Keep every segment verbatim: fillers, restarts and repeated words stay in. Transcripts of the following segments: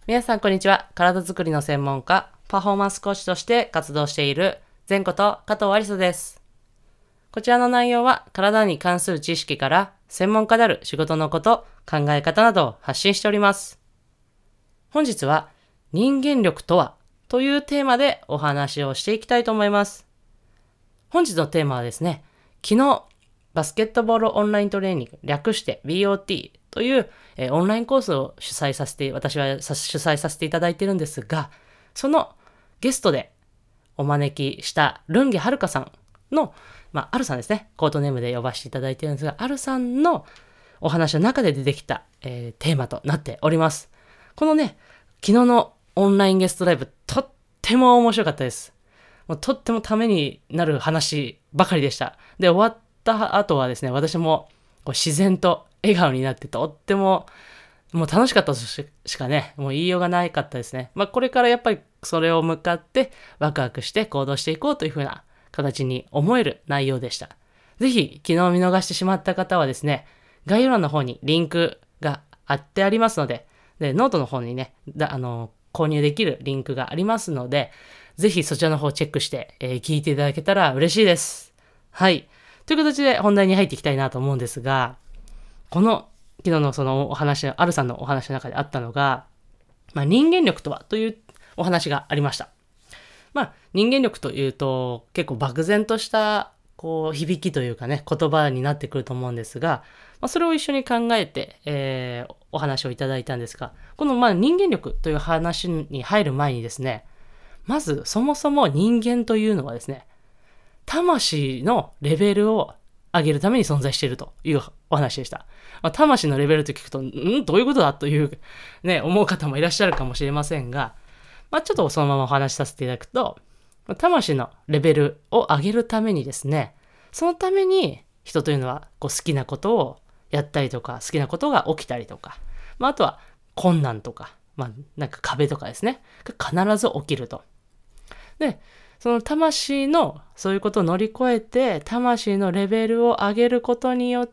皆さんこんにちは。体づくりの専門家、パフォーマンスコーチとして活動している前こと加藤ありさです。こちらの内容は体に関する知識から専門家である仕事のこと、考え方などを発信しております。本日は人間力とはというテーマでお話をしていきたいと思います。本日のテーマはですね、昨日バスケットボールオンライントレーニング、略して ビーオーティー という、えー、オンラインコースを主催させて、私は主催させていただいているんですが、そのゲストでお招きしたルンゲはるかさんの、まあ、あるさんですね、コードネームで呼ばせていただいているんですが、あるさんのお話の中で出てきた、えー、テーマとなっております。このね、昨日のオンラインゲストライブ、とっても面白かったです。もうとってもためになる話ばかりでした。で、終わった後はですね、私もこう自然と笑顔になってとってももう楽しかったとしかね、もう言いようがないかったですね。まあこれからやっぱりそれを向かってワクワクして行動していこうというふうな形に思える内容でした。ぜひ昨日見逃してしまった方はですね、概要欄の方にリンクが貼ってありますので、でノートの方にね、だあの購入できるリンクがありますので、ぜひそちらの方をチェックして、えー、聞いていただけたら嬉しいです。はい。という形で本題に入っていきたいなと思うんですが、この昨日のそのお話、あるさんのお話の中であったのが、まあ、人間力とはというお話がありました。まあ、人間力というと結構漠然としたこう響きというかね、言葉になってくると思うんですが、まあ、それを一緒に考えて、えー、お話をいただいたんですが、このまあ人間力という話に入る前にですね、まずそもそも人間というのはですね、魂のレベルを上げるために存在しているというお話でした。まあ、魂のレベルと聞くと、んどういうことだというね、思う方もいらっしゃるかもしれませんが、まあ、ちょっとそのままお話しさせていただくと、魂のレベルを上げるためにですね、そのために人というのはこう好きなことをやったりとか、好きなことが起きたりとか、まあ、あとは困難とか、まあ、なんか壁とかですね、必ず起きると。で、その魂のそういうことを乗り越えて、魂のレベルを上げることによって、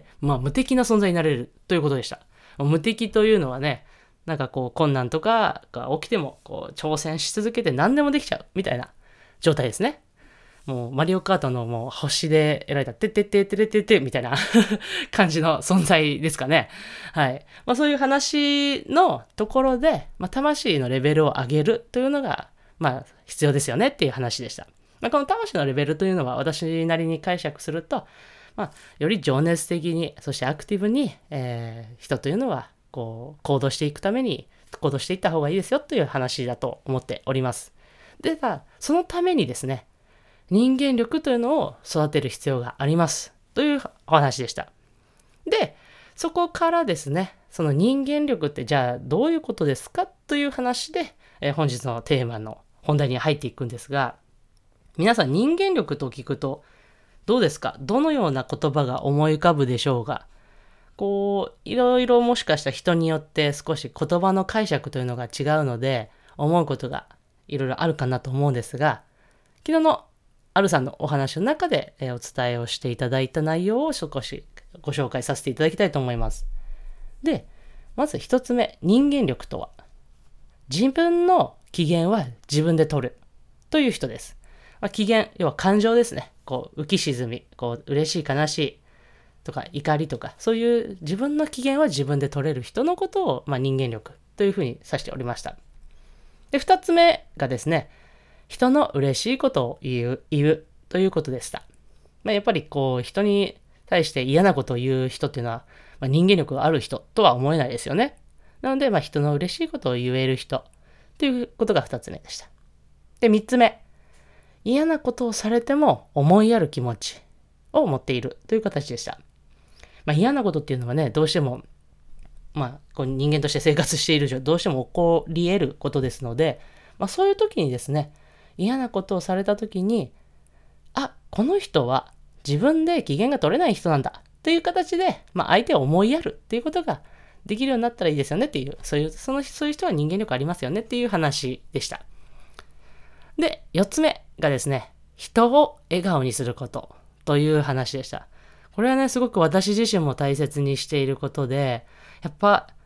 まあ無敵な存在になれるということでした。無敵というのはね、なんかこう困難とかが起きてもこう挑戦し続けて何でもできちゃうみたいな状態ですね。もうマリオカートのもう星で得られたてってってってってってみたいな感じの存在ですかね。はい。まあそういう話のところで、まあ魂のレベルを上げるというのがまあ必要ですよねっていう話でした。まあ、この魂のレベルというのは私なりに解釈すると、まあ、より情熱的に、そしてアクティブに、えー、人というのはこう行動していくために行動していった方がいいですよという話だと思っております。では、そのためにですね、人間力というのを育てる必要がありますというお話でした。で、そこからですね、その人間力ってじゃあどういうことですかという話で、えー、本日のテーマの本題に入っていくんですが、皆さん人間力と聞くとどうですか？どのような言葉が思い浮かぶでしょうが、こういろいろもしかしたら人によって少し言葉の解釈というのが違うので思うことがいろいろあるかなと思うんですが、昨日のあるさんのお話の中でお伝えをしていただいた内容を少しご紹介させていただきたいと思います。で、まず一つ目、人間力とは自分の機嫌は自分で取るという人です。まあ、機嫌、要は感情ですね。こう浮き沈み、こう嬉しい悲しいとか怒りとか、そういう自分の機嫌は自分で取れる人のことを、まあ、人間力というふうに指しておりました。で、二つ目がですね、人の嬉しいことを言う、言うということでした。まあ、やっぱりこう人に対して嫌なことを言う人っていうのは、まあ、人間力がある人とは思えないですよね。なので、まあ、人の嬉しいことを言える人ということが二つ目でした。で、三つ目。嫌なことをされても思いやる気持ちを持っているという形でした。まあ、嫌なことっていうのはね、どうしても、まあ、こう人間として生活している以上、どうしても起こり得ることですので、まあ、そういう時にですね、嫌なことをされた時に、あ、この人は自分で機嫌が取れない人なんだという形で、まあ、相手を思いやるっていうことができるようになったらいいですよねっていう、そういう、その、そういう人は人間力ありますよねっていう話でした。で、四つ目がですね、人を笑顔にすることという話でした。これはね、すごく私自身も大切にしていることで、やっぱ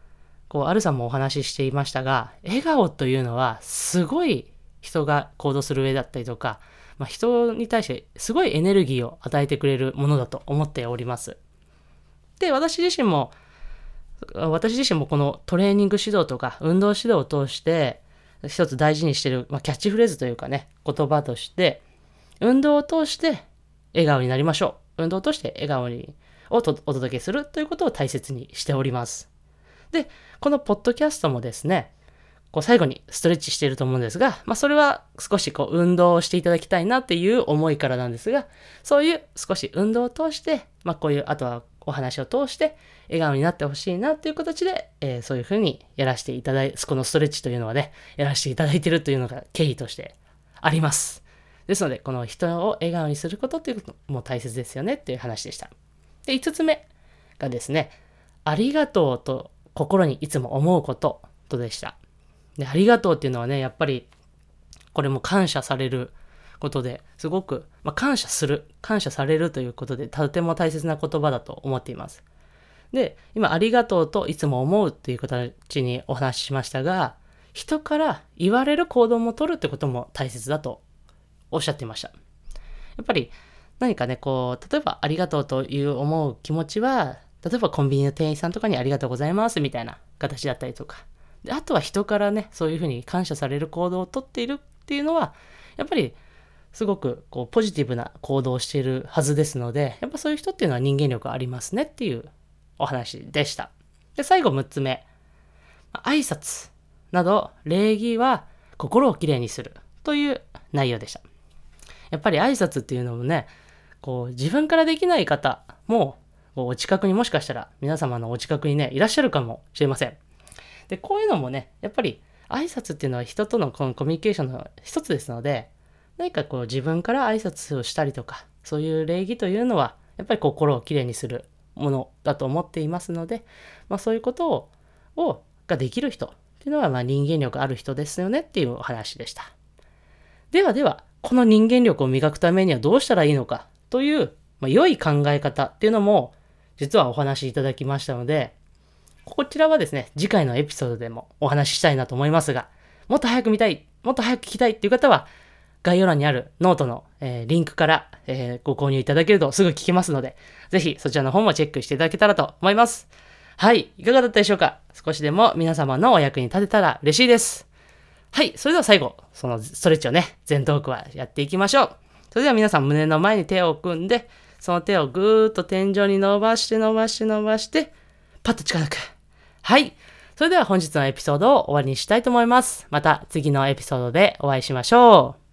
こう、アルさんもお話ししていましたが、笑顔というのはすごい人が行動する上だったりとか、まあ、人に対してすごいエネルギーを与えてくれるものだと思っております。で、私自身も、私自身もこのトレーニング指導とか運動指導を通して、一つ大事にしている、まあ、キャッチフレーズというかね、言葉として、運動を通して笑顔になりましょう。運動を通して笑顔にをお届けするということを大切にしております。で、このポッドキャストもですね、こう最後にストレッチしていると思うんですが、まあ、それは少しこう運動をしていただきたいなっていう思いからなんですが、そういう少し運動を通して、まあ、こういうあとはお話を通して笑顔になってほしいなっていう形で、えー、そういうふうにやらせていただいて、このストレッチというのはね、やらせていただいているというのが経緯としてあります。ですので、この人を笑顔にすることっていうことも大切ですよねっていう話でした。で、いつつめがですね、ありがとうと心にいつも思うこととでした。で、ありがとうっていうのはね、やっぱりこれも感謝されることですごく、まあ、感謝する、感謝されるということでとても大切な言葉だと思っています。で、今ありがとうといつも思うっていう形にお話ししましたが、人から言われる行動も取るってことも大切だとおっしゃっていました。やっぱり何かね、こう、例えばありがとうという思う気持ちは、例えばコンビニの店員さんとかにありがとうございますみたいな形だったりとか、であとは人からね、そういうふうに感謝される行動をとっているっていうのは、やっぱりすごくこうポジティブな行動をしているはずですので、やっぱそういう人っていうのは人間力ありますねっていうお話でした。で、最後むっつめ、挨拶など礼儀は心をきれいにするという内容でした。やっぱり挨拶っていうのもね、こう自分からできない方もお近くにもしかしたら皆様のお近くにねいらっしゃるかもしれません。で、こういうのもね、やっぱり挨拶っていうのは人とのこのコミュニケーションの一つですので、何かこう自分から挨拶をしたりとか、そういう礼儀というのはやっぱり心をきれいにするものだと思っていますので、まあ、そういうことををができる人っていうのはまあ人間力ある人ですよねっていうお話でした。ではでは、この人間力を磨くためにはどうしたらいいのかという、まあ、良い考え方っていうのも実はお話しいただきましたので、こちらはですね、次回のエピソードでもお話ししたいなと思いますが、もっと早く見たい、もっと早く聞きたいっていう方は、概要欄にあるノートの、えー、リンクから、えー、ご購入いただけるとすぐ聞けますので、ぜひそちらの方もチェックしていただけたらと思います。はい、いかがだったでしょうか？少しでも皆様のお役に立てたら嬉しいです。はい、それでは最後、そのストレッチをね、前頭腔はやっていきましょう。それでは皆さん胸の前に手を組んで、その手をぐーっと天井に伸ばして伸ばして伸ばして、パッと近づく。はい。それでは本日のエピソードを終わりにしたいと思います。また次のエピソードでお会いしましょう。